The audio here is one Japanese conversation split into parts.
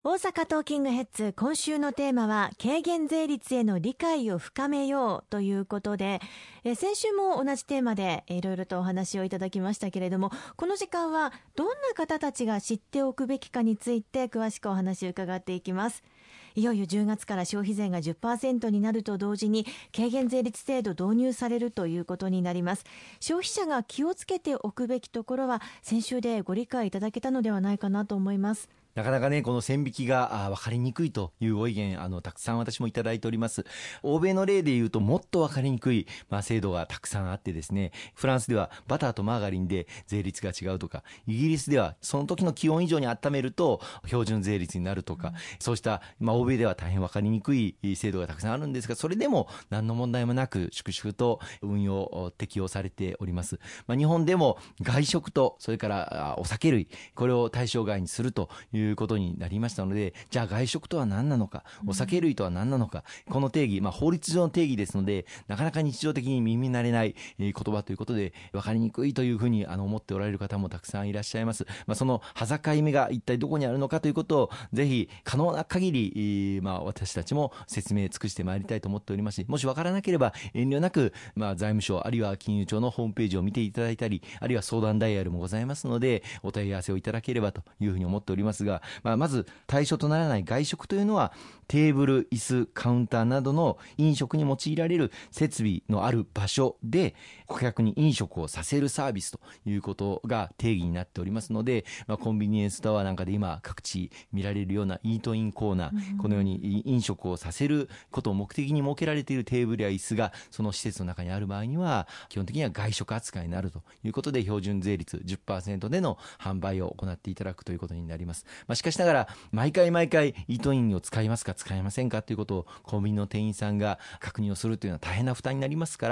大阪トーキングヘッズ、今週のテーマは軽減税率への理解を深めようということで、先週も同じテーマでいろいろとお話をいただきましたけれども、この時間はどんな方たちが知っておくべきかについて詳しくお話を伺っていきます。いよいよ10月から消費税が 10% になると同時に軽減税率制度導入されるということになります。消費者が気をつけておくべきところは先週でご理解いただけたのではないかなと思います。 なかなかね、この線引きが分かりにくいというご意見たくさん私もいただいております。欧米の例で言うともっと分かりにくい、制度がたくさんあってですね、フランスではバターとマーガリンで税率が違うとか、イギリスではその時の気温以上に温めると標準税率になるとか、そうした、欧米では大変分かりにくい制度がたくさんあるんですが、それでも何の問題もなく粛々と運用適用されております。日本でも外食とそれからお酒類、これを対象外にするということになりましたので、じゃあ外食とは何なのか、お酒類とは何なのか、この定義、法律上の定義ですので、なかなか日常的に耳慣れない言葉ということで分かりにくいというふうに思っておられる方もたくさんいらっしゃいます。その端境目が一体どこにあるのかということをぜひ可能な限り、私たちも説明尽くしてまいりたいと思っておりますし、もし分からなければ遠慮なく、財務省あるいは金融庁のホームページを見ていただいたり、あるいは相談ダイヤルもございますのでお問い合わせをいただければというふうに思っておりますが、まず対象とならない外食というのはテーブル、椅子、カウンターなどの飲食に用いられる設備のある場所で顧客に飲食をさせるサービスということが定義になっておりますので、コンビニエンスストアなんかで今各地見られるようなイートインコーナー、このように飲食をさせることを目的に設けられているテーブルや椅子がその施設の中にある場合には基本的には外食扱いになるということで、標準税率 10% での販売を行っていただくということになります。しかしながら毎回イートインを使いますか使いませんかということをコンビニの店員さんが確認をするというのは大変な負担になりますから、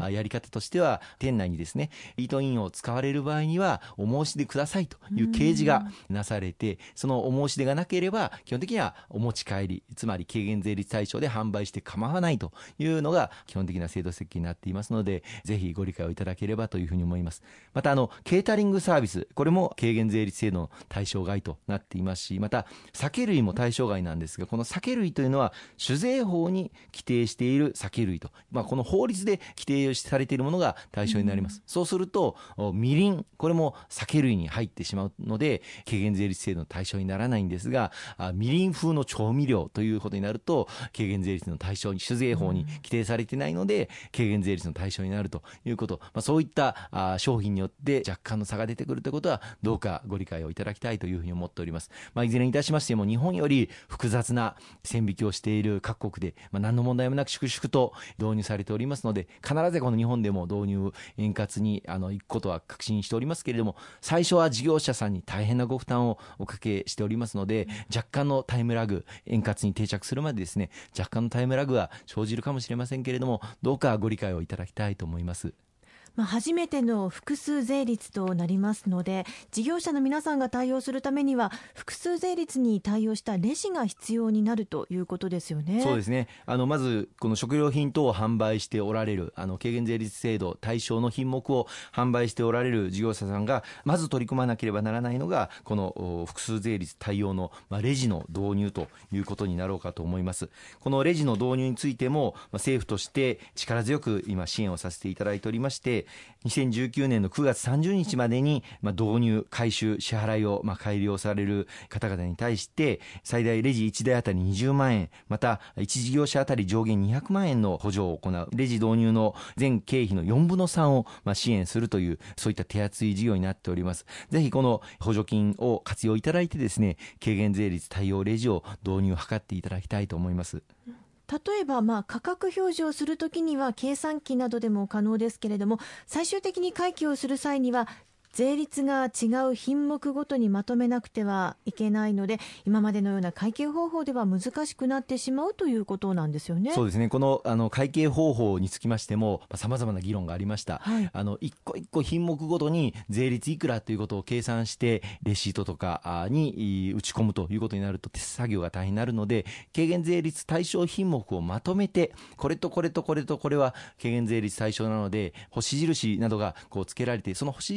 やり方としては店内にですね、イートインを使われる場合にはお申し出くださいという掲示がなされて、そのお申し出がなければ基本的にはお持ち帰り、つまり軽減税率対象で販売して構わないというのが基本的な制度設計になっていますので、ぜひご理解をいただければというふうに思います。またケータリングサービス、これも軽減税率制度の対象外となっていますし、また酒類も対象外なんですが、この酒類というのは酒税法に規定している酒類と、この法律で規定されているものが対象になります。そうするとみりん、これも酒類に入ってしまうので軽減税率制度の対象にならないんですが、みりん風の調味料ということになると軽減税率の対象に、酒税法に規定されていないので軽減税率の対象になるということ、そういった商品によって若干の差が出てくるということはどうかご理解をいただきたいというふうに思っております。いずれにいたしましても日本より複雑な線引きをしている各国で、何の問題もなく粛々と導入されておりますので、必ずこの日本でも導入円滑にいくことは確信しておりますけれども、最初は事業者さんに大変なご負担をおかけしておりますので、若干のタイムラグ、円滑に定着するまでですね、若干のタイムラグは生じるかもしれませんけれども、どうかご理解をいただきたいと思います。 初めての複数税率となりますので、事業者の皆さんが対応するためには複数税率に対応したレジが必要になるということですよね。 そうですね。まずこの食料品等を販売しておられる軽減税率制度対象の品目を販売しておられる事業者さんがまず取り組まなければならないのが、この複数税率対応のレジの導入ということになろうかと思います。このレジの導入についても政府として力強く今支援をさせていただいておりまして、2019年の9月30日までに導入、回収、支払いを改良される方々に対して最大レジ1台あたり20万円、また1事業者あたり上限200万円の補助を行う、レジ導入の全経費の4分の3を支援するという、そういった手厚い事業になっております。ぜひこの補助金を活用いただいてですね、軽減税率対応レジを導入を図っていただきたいと思います。 例えば価格表示をするときには計算機などでも可能ですけれども、最終的に会計をする際には税率が違う品目ごとにまとめなくてはいけないので、今までのような会計方法では難しくなってしまうということなんですよね。 そうですね。この会計方法につきましても様々な議論がありました。一個一個品目ごとに税率いくらということを計算してレシートとかに打ち込むということになると手作業が大変になるので、軽減税率対象品目をまとめて、これとこれとこれとこれは軽減税率対象なので星印などがつけられて、その星印のある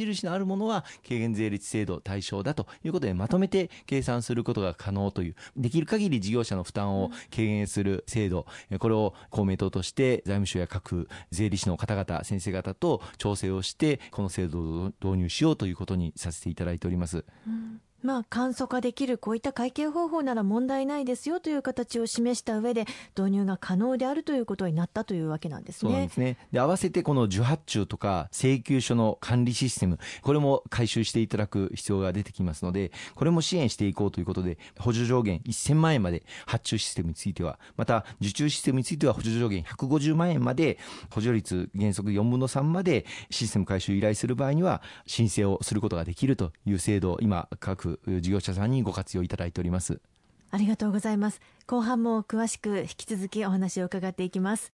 るものは軽減税率制度対象だということで、まとめて計算することが可能という、できる限り事業者の負担を軽減する制度、これを公明党として財務省や各税理士の方々、先生方と調整をして、この制度を導入しようということにさせていただいております。 簡素化できるこういった会計方法なら問題ないですよという形を示した上で導入が可能であるということになったというわけなんですね。 そうなんですね。で、合わせてこの受発注とか請求書の管理システム、これも改修していただく必要が出てきますので、これも支援していこうということで、補助上限1000万円まで発注システムについては、また受注システムについては補助上限150万円まで、補助率原則4分の3までシステム改修依頼する場合には申請をすることができるという制度を今各事業者さんにご活用いただいております。 ありがとうございます。後半も詳しく引き続きお話を伺っていきます。